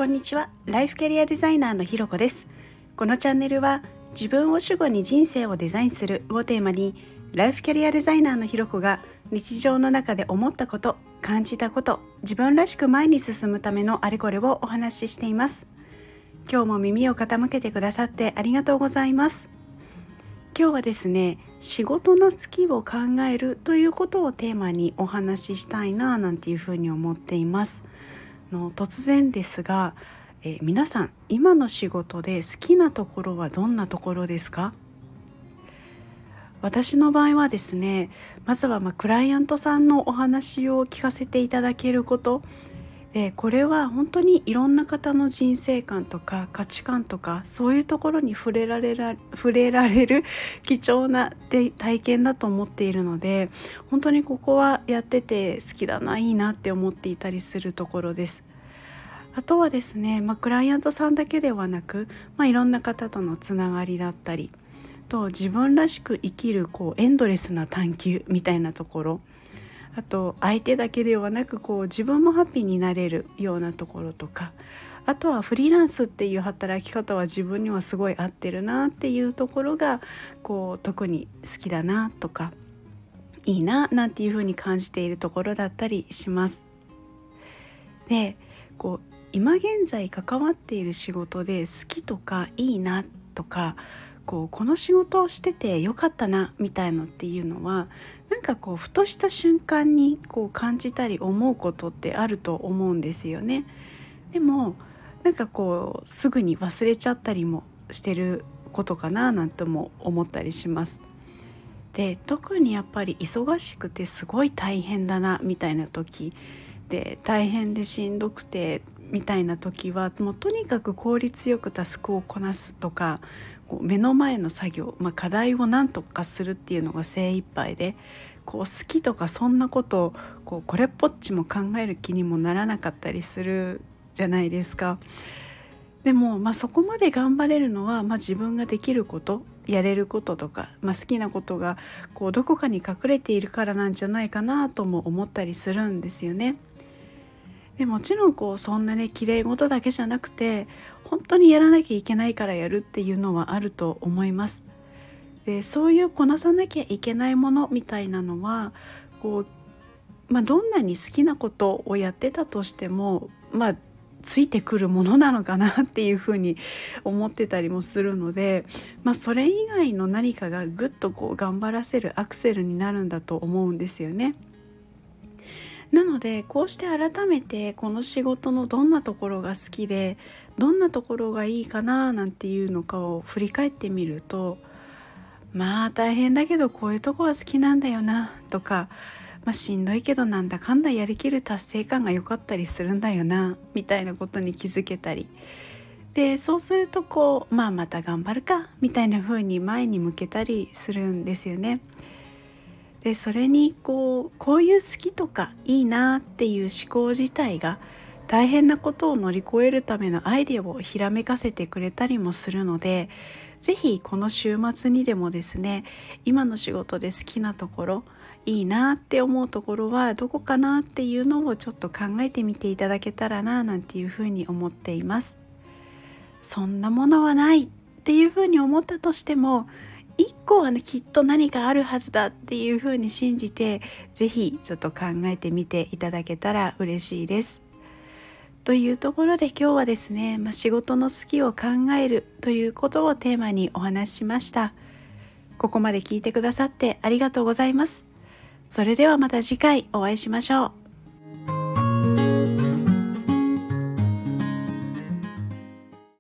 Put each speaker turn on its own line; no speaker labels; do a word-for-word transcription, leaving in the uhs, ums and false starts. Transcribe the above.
こんにちは。ライフキャリアデザイナーのひろこです。このチャンネルは自分を主語に人生をデザインするをテーマに、ライフキャリアデザイナーのひろこが日常の中で思ったこと、感じたこと、自分らしく前に進むためのあれこれをお話ししています。今日も耳を傾けてくださってありがとうございます。今日はですね、仕事の好きを考えるということをテーマにお話ししたいななんていうふうに思っています。の突然ですが、えー、皆さん今の仕事で好きなところはどんなところですか？私の場合はですね、まずはまあクライアントさんのお話を聞かせていただけることで、これは本当にいろんな方の人生観とか価値観とか、そういうところに触れられら触れられる貴重な体験だと思っているので、本当にここはやってて好きだな、いいなって思っていたりするところです。あとはですね、まあ、クライアントさんだけではなく、まあ、いろんな方とのつながりだったりと、自分らしく生きるこうエンドレスな探求みたいなところ、あと相手だけではなくこう自分もハッピーになれるようなところとか、あとはフリーランスっていう働き方は自分にはすごい合ってるなっていうところがこう特に好きだなとか、いいななんていうふうに感じているところだったりします。で、こう今現在関わっている仕事で好きとかいいなとか、こうこの仕事をしててよかったなみたいのっていうのは、なんかこうふとした瞬間にこう感じたり思うことってあると思うんですよね。でもなんかこうすぐに忘れちゃったりもしてることかななんても思ったりします。で、特にやっぱり忙しくてすごい大変だなみたいな時で、大変でしんどくてみたいな時は、もうとにかく効率よくタスクをこなすとか、こう目の前の作業、まあ、課題を何とかするっていうのが精一杯で、こう好きとかそんなことをこうこれっぽっちも考える気にもならなかったりするじゃないですか。でも、まあ、そこまで頑張れるのは、まあ、自分ができること、やれることとか、まあ、好きなことがこうどこかに隠れているからなんじゃないかなとも思ったりするんですよね。でもちろんこうそんなね綺麗事だけじゃなくて、本当にやらなきゃいけないからやるっていうのはあると思います。で、そういうこなさなきゃいけないものみたいなのはこう、まあ、どんなに好きなことをやってたとしても、まあついてくるものなのかなっていうふうに思ってたりもするので、まあ、それ以外の何かがぐっとこう頑張らせるアクセルになるんだと思うんですよね。なのでこうして改めてこの仕事のどんなところが好きで、どんなところがいいかななんていうのかを振り返ってみると、まあ大変だけどこういうとこは好きなんだよなとか、まあ、しんどいけどなんだかんだやりきる達成感が良かったりするんだよなみたいなことに気づけたりで、そうするとこう、まあ、また頑張るかみたいな風に前に向けたりするんですよね。で、それにこうこういう好きとかいいなっていう思考自体が大変なことを乗り越えるためのアイデアをひらめかせてくれたりもするので、ぜひこの週末にでもですね、今の仕事で好きなところ、いいなって思うところはどこかなっていうのをちょっと考えてみていただけたらななんていうふうに思っています。そんなものはないっていうふうに思ったとしても、一個はねきっと何かあるはずだっていうふうに信じて、ぜひちょっと考えてみていただけたら嬉しいです。というところで今日はですね、まあ、仕事の好きを考えるということをテーマにお話ししました。ここまで聞いてくださってありがとうございます。それではまた次回お会いしましょう。